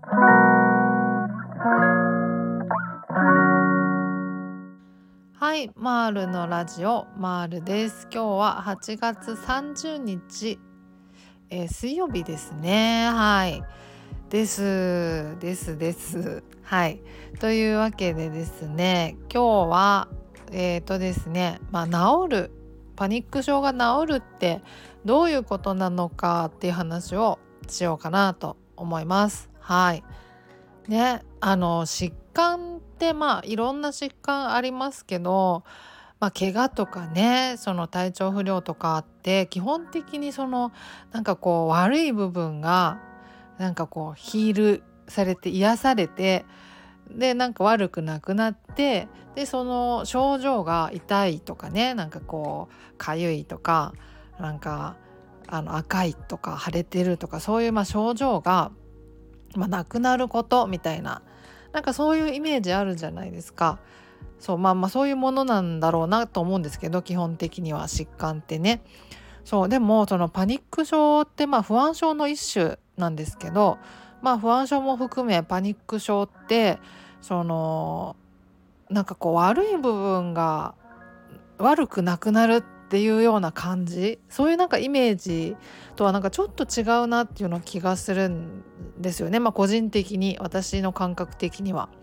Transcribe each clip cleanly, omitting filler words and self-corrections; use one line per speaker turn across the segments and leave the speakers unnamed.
はい、マールのラジオマールです。今日は8月30日、水曜日ですね。はい。です。はい。というわけでですね、今日はですね、治るパニック症が治るってどういうことなのかっていう話をしようかなと思います。はい。ね、疾患っていろんな疾患ありますけど、怪我とかね、その体調不良とかって基本的に悪い部分がヒールされて癒されて、で悪くなくなって、でその症状が痛いとかね、かゆいとか、赤いとか腫れてるとか、そういう症状がなくなることみたいな、そういうイメージあるじゃないですか。そういうものなんだろうなと思うんですけど、基本的には疾患ってね。でもそのパニック症って不安症の一種なんですけど、不安症も含めパニック症ってその悪い部分が悪くなくなるっていうような感じ、そういうイメージとはちょっと違うなっていうような気がするんですよね。個人的に、私の感覚的には。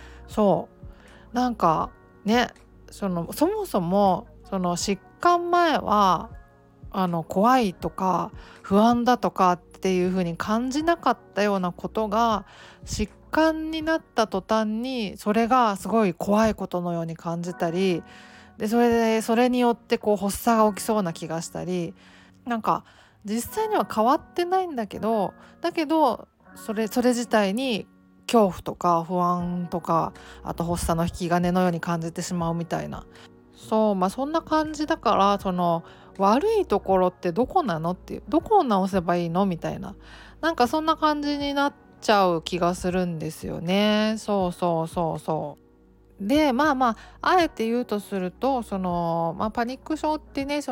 ね、そもそもその疾患前は怖いとか不安だとかっていう風に感じなかったようなことが、疾患になった途端にそれがすごい怖いことのように感じたり、でそれによって発作が起きそうな気がしたり、実際には変わってないんだけど、それ自体に恐怖とか不安とか、あと発作の引き金のように感じてしまうみたいな。そんな感じだから、その悪いところってどこなのっていう、どこを直せばいいのみたいな、そんな感じになっちゃう気がするんですよね。であえて言うとすると、パニック症ってね、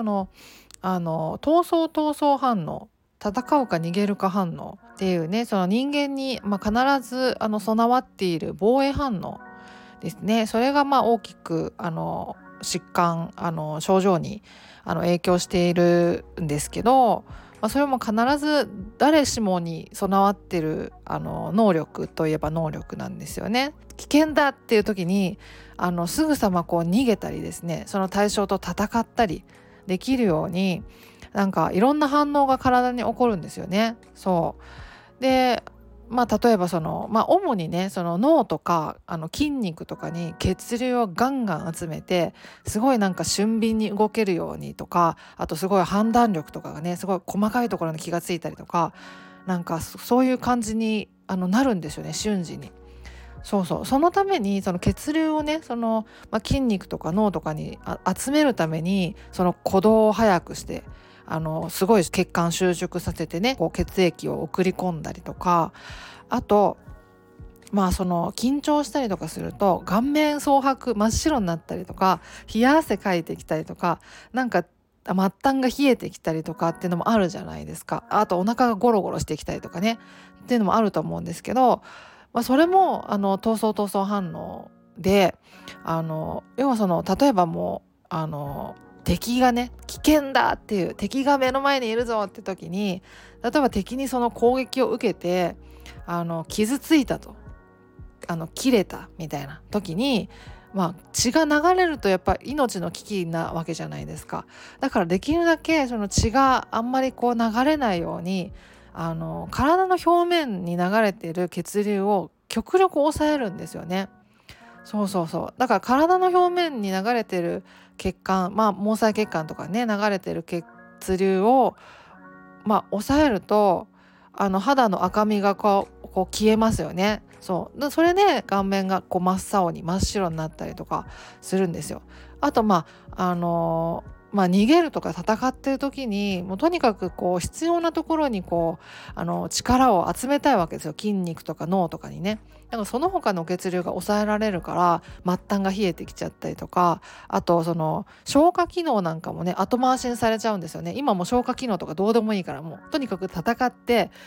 闘争反応、戦うか逃げるか反応っていうね、その人間に、必ず備わっている防衛反応ですね。それが大きく疾患症状に影響しているんですけど、それも必ず誰しもに備わってる能力といえば能力なんですよね。危険だっていう時にすぐさま逃げたりですね、その対象と戦ったりできるように、いろんな反応が体に起こるんですよね。で例えば主にね、その脳とか筋肉とかに血流をガンガン集めて、すごい俊敏に動けるようにとか、あとすごい判断力とかがね、すごい細かいところに気がついたりとか、そういう感じになるんですよね、瞬時に。そのためにその血流をね、筋肉とか脳とかに集めるために、その鼓動を速くしてすごい血管収縮させてね、血液を送り込んだりとか、あとその緊張したりとかすると顔面蒼白真っ白になったりとか、冷や汗かいてきたりとか、末端が冷えてきたりとかっていうのもあるじゃないですか。あとお腹がゴロゴロしてきたりとかねっていうのもあると思うんですけど、それも闘争反応で、要は例えばもう敵がね、危険だっていう、敵が目の前にいるぞって時に、例えば敵にその攻撃を受けて傷ついたと、切れたみたいな時に、血が流れるとやっぱり命の危機なわけじゃないですか。だからできるだけその血があんまり流れないように、体の表面に流れている血流を極力抑えるんですよね。だから体の表面に流れてる血管、毛細血管とかね、流れてる血流を抑えると肌の赤みが消えますよね。それで顔面が真っ青に真っ白になったりとかするんですよ。あと逃げるとか戦ってる時に、もうとにかく必要なところに力を集めたいわけですよ、筋肉とか脳とかにね。だからその他の血流が抑えられるから末端が冷えてきちゃったりとか、あとその消化機能なんかもね、後回しにされちゃうんですよね。今も消化機能とかどうでもいいから、もうとにかく戦って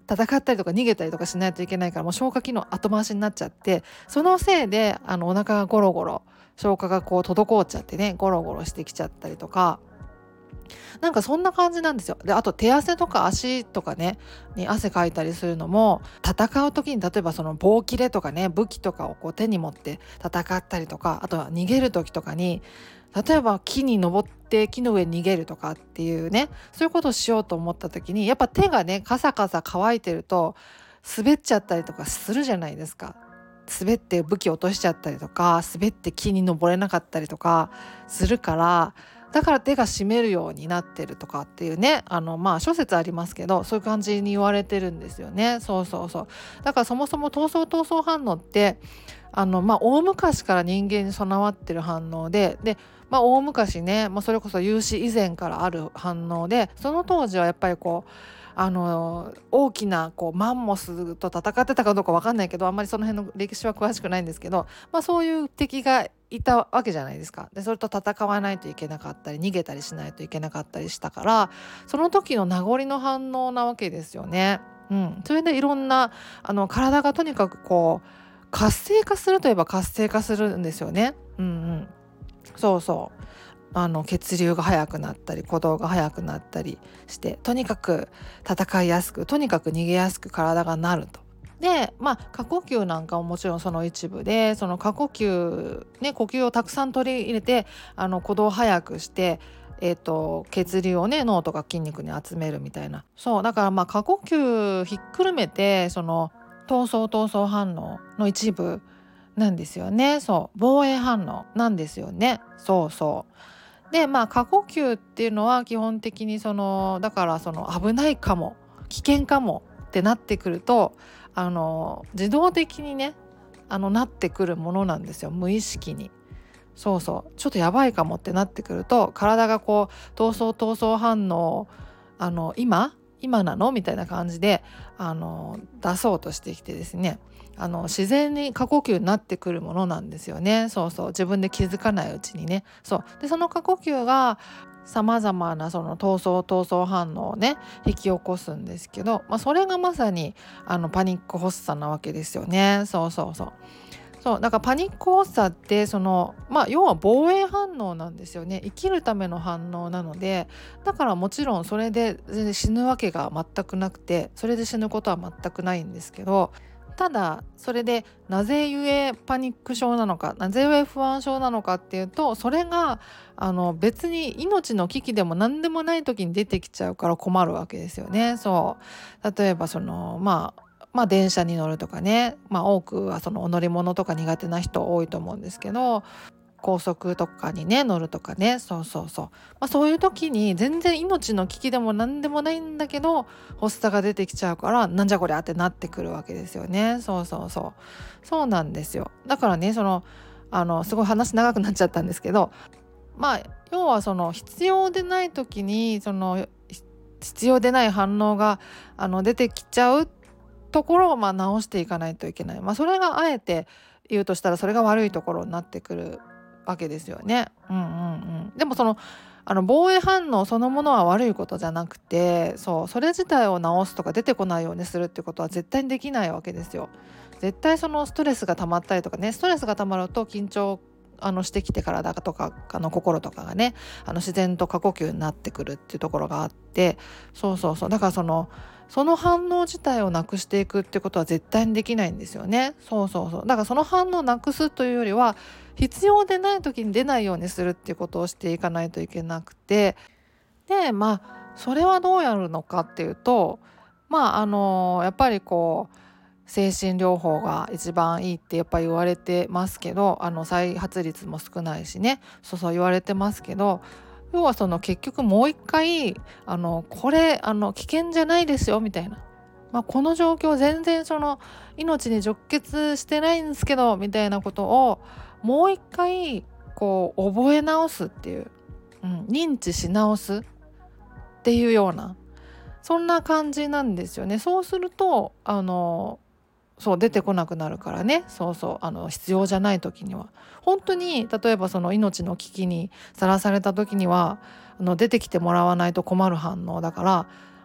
戦ったりとか逃げたりとかしないといけないから、もう消化機能後回しになっちゃって、そのせいでお腹がゴロゴロ、消化がこう滞っちゃってね、ゴロゴロしてきちゃったりとか、なんかそんな感じなんですよ。であと手汗とか足とかねに汗かいたりするのも、戦う時に例えばその棒切れとかね、武器とかをこう手に持って戦ったりとか、あとは逃げる時とかに例えば木に登って木の上に逃げるとかっていうね、そういうことをしようと思った時に、やっぱ手がねカサカサ乾いてると滑っちゃったりとかするじゃないですか。滑って武器落としちゃったりとか、滑って木に登れなかったりとかするから、だから手が締めるようになってるとかっていうね、諸説ありますけど、そういう感じに言われてるんですよね。そうそうそう。だからそもそも闘争反応って大昔から人間に備わってる反応で、大昔ね、それこそ有史以前からある反応で、その当時はやっぱりこう大きなこうマンモスと戦ってたかどうか分かんないけど、あんまりその辺の歴史は詳しくないんですけど、そういう敵がいたわけじゃないですか。でそれと戦わないといけなかったり、逃げたりしないといけなかったりしたから、その時の名残の反応なわけですよね。それでいろんな体がとにかくこう活性化するといえば活性化するんですよね。そうそう。血流が速くなったり鼓動が速くなったりして、とにかく戦いやすく、とにかく逃げやすく体がなると。で過呼吸なんかももちろんその一部で、その過呼吸ね、呼吸をたくさん取り入れて鼓動を速くして、血流をね脳とか筋肉に集めるみたいな。そうだから過呼吸ひっくるめて、その闘争反応の一部なんですよね。そう防衛反応なんですよね。そうそうで過呼吸っていうのは基本的にだから危ないかも危険かもってなってくると自動的にねなってくるものなんですよ、無意識に。そうそうちょっとやばいかもってなってくると、体がこう闘争反応今なのみたいな感じで出そうとしてきてですね、自然に過呼吸になってくるものなんですよね。そうそう自分で気づかないうちにね。そうでその過呼吸がさまざまなその闘争反応をね引き起こすんですけど、それがまさにパニック発作なわけですよね。そうだからパニック発作って要は防衛反応なんですよね。生きるための反応なので、だからもちろんそれで全然死ぬわけが全くなくて、それで死ぬことは全くないんですけど、ただそれでなぜ故パニック症なのか、なぜ故不安症なのかっていうと、それが別に命の危機でも何でもない時に出てきちゃうから困るわけですよね。そう例えば電車に乗るとかね、多くはその乗り物とか苦手な人多いと思うんですけど、高速とかにね乗るとかね、そういう時に全然命の危機でも何でもないんだけど発作が出てきちゃうから、なんじゃこりゃってなってくるわけですよね。そうなんですよ。だからねすごい話長くなっちゃったんですけど、要は必要でない時に必要でない反応が出てきちゃうところを直していかないといけない。それがあえて言うとしたらそれが悪いところになってくるわけですよね。でも防衛反応そのものは悪いことじゃなくて、それ自体を直すとか出てこないようにするってことは絶対にできないわけですよ。絶対ストレスが溜まったりとかね、ストレスが溜まると緊張してきて体とか心とかがね自然と過呼吸になってくるっていうところがあって、だからその反応自体をなくしていくってことは絶対にできないんですよね。だからその反応をなくすというよりは、必要でない時に出ないようにするっていうことをしていかないといけなくて、でそれはどうやるのかっていうと、やっぱりこう精神療法が一番いいってやっぱ言われてますけど、再発率も少ないしね、言われてますけど、要は結局もう一回これ危険じゃないですよみたいな、この状況全然命に直結してないんですけどみたいなことをもう一回こう覚え直すっていう、認知し直すっていうような、そんな感じなんですよね。そうすると出てこなくなるからね。必要じゃない時には本当に、例えば命の危機にさらされた時には出てきてもらわないと困る反応だから、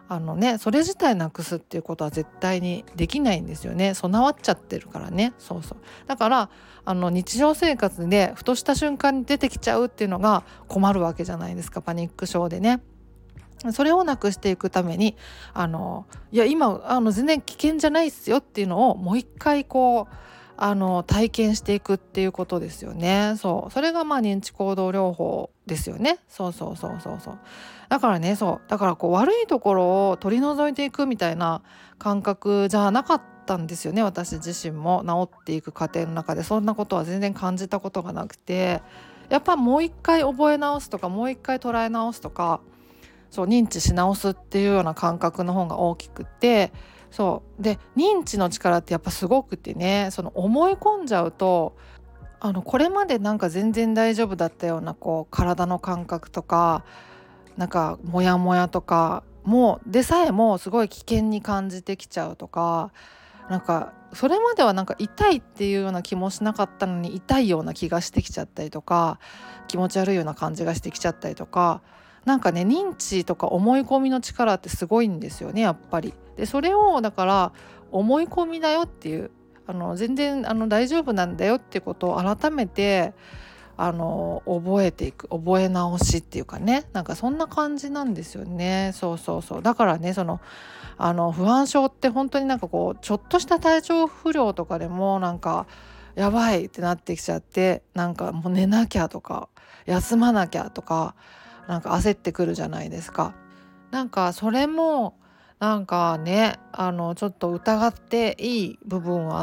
それ自体なくすっていうことは絶対にできないんですよね。備わっちゃってるからね。そうそう。だから日常生活でふとした瞬間に出てきちゃうっていうのが困るわけじゃないですか、パニック症でね。それをなくしていくためにいや今全然危険じゃないっすよっていうのをもう一回体験していくっていうことですよね。それが認知行動療法ですよね。そうだからね、だから悪いところを取り除いていくみたいな感覚じゃなかったんですよね。私自身も治っていく過程の中でそんなことは全然感じたことがなくて、やっぱもう一回覚え直すとかもう一回捉え直すとか認知し直すっていうような感覚の方が大きくて、で認知の力ってやっぱすごくてね、思い込んじゃうとこれまでなんか全然大丈夫だったような体の感覚とかなんかモヤモヤとかでさえもすごい危険に感じてきちゃうとか、なんかそれまではなんか痛いっていうような気もしなかったのに痛いような気がしてきちゃったりとか、気持ち悪いような感じがしてきちゃったりとか、なんかね認知とか思い込みの力ってすごいんですよね、やっぱり。でそれをだから思い込みだよっていう全然大丈夫なんだよってことを改めて覚えていく、覚え直しっていうかね、なんかそんな感じなんですよね。だからね不安症って本当になんかちょっとした体調不良とかでもなんかやばいってなってきちゃって、なんかもう寝なきゃとか休まなきゃとかなんか焦ってくるじゃないですか。なんかそれもなんかねちょっと疑っていい部分はあって、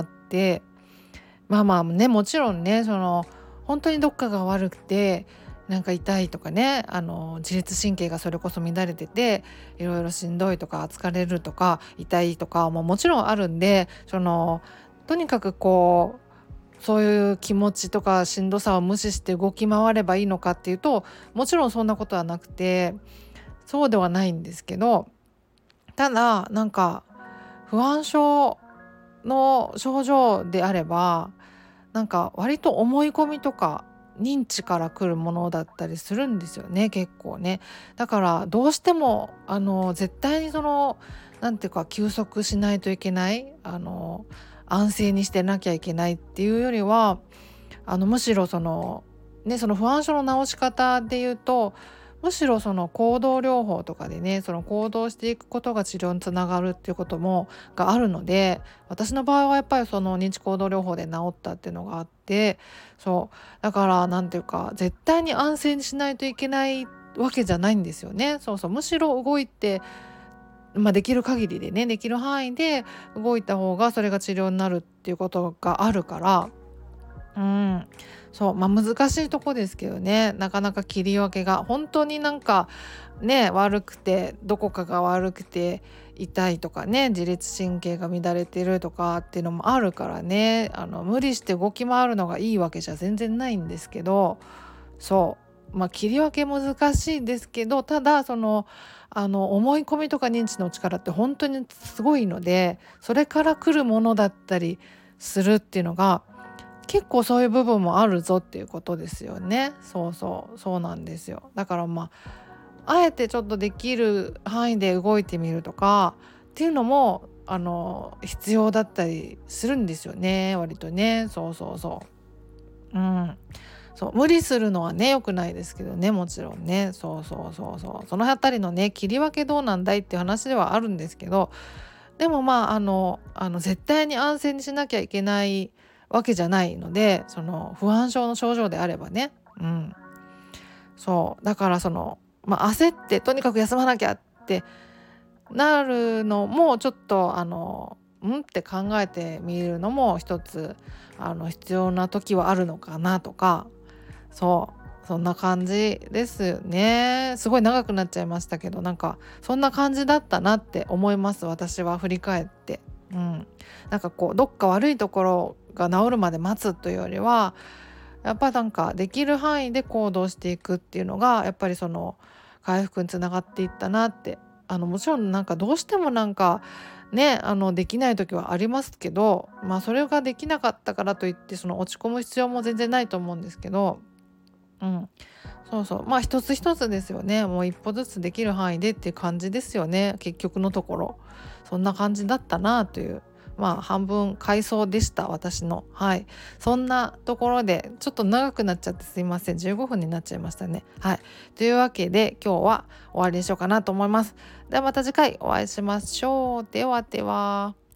ねもちろんね本当にどっかが悪くてなんか痛いとかね自律神経がそれこそ乱れてていろいろしんどいとか疲れるとか痛いとかもちろんあるんで、とにかくそういう気持ちとかしんどさを無視して動き回ればいいのかっていうと、もちろんそんなことはなくてそうではないんですけど、ただなんか不安症の症状であればなんか割と思い込みとか認知から来るものだったりするんですよね、結構ね。だからどうしても絶対になんていうか休息しないといけない安静にしてなきゃいけないっていうよりはむしろその不安症の治し方で言うと、むしろ行動療法とかでね行動していくことが治療につながるっていうことがあるので、私の場合はやっぱり認知行動療法で治ったっていうのがあって、だからなんていうか絶対に安静にしないといけないわけじゃないんですよね。むしろ動いてできる限りでね、できる範囲で動いた方がそれが治療になるっていうことがあるから、難しいとこですけどね、なかなか切り分けが本当になんかね悪くてどこかが悪くて痛いとかね、自律神経が乱れてるとかっていうのもあるからね、無理して動き回るのがいいわけじゃ全然ないんですけど、切り分け難しいですけど、ただ思い込みとか認知の力って本当にすごいので、それから来るものだったりするっていうのが結構そういう部分もあるぞっていうことですよね。そうなんですよ。だからあえてちょっとできる範囲で動いてみるとかっていうのも必要だったりするんですよね、割とね。無理するのはね良くないですけどね、もちろんね。そのあたりのね切り分けどうなんだいっていう話ではあるんですけど、でも絶対に安静にしなきゃいけないわけじゃないので、不安症の症状であればね、だから焦ってとにかく休まなきゃってなるのもちょっとって考えてみるのも一つ必要な時はあるのかなとか、そんな感じですよね。すごい長くなっちゃいましたけど、なんかそんな感じだったなって思います、私は振り返って。なんかどっか悪いところが治るまで待つというよりは、やっぱなんかできる範囲で行動していくっていうのがやっぱり回復につながっていったなって。もちろんなんかどうしてもなんかねできない時はありますけど、それができなかったからといって落ち込む必要も全然ないと思うんですけど、 うん、そうそう、まあ一つ一つですよね。もう一歩ずつできる範囲でっていう感じですよね、結局のところ。そんな感じだったなという、まあ半分回想でした、私の。はい。そんなところでちょっと長くなっちゃってすいません。15分になっちゃいましたね。はい。というわけで今日は終わりにしようかなと思います。ではまた次回お会いしましょう。ではでは。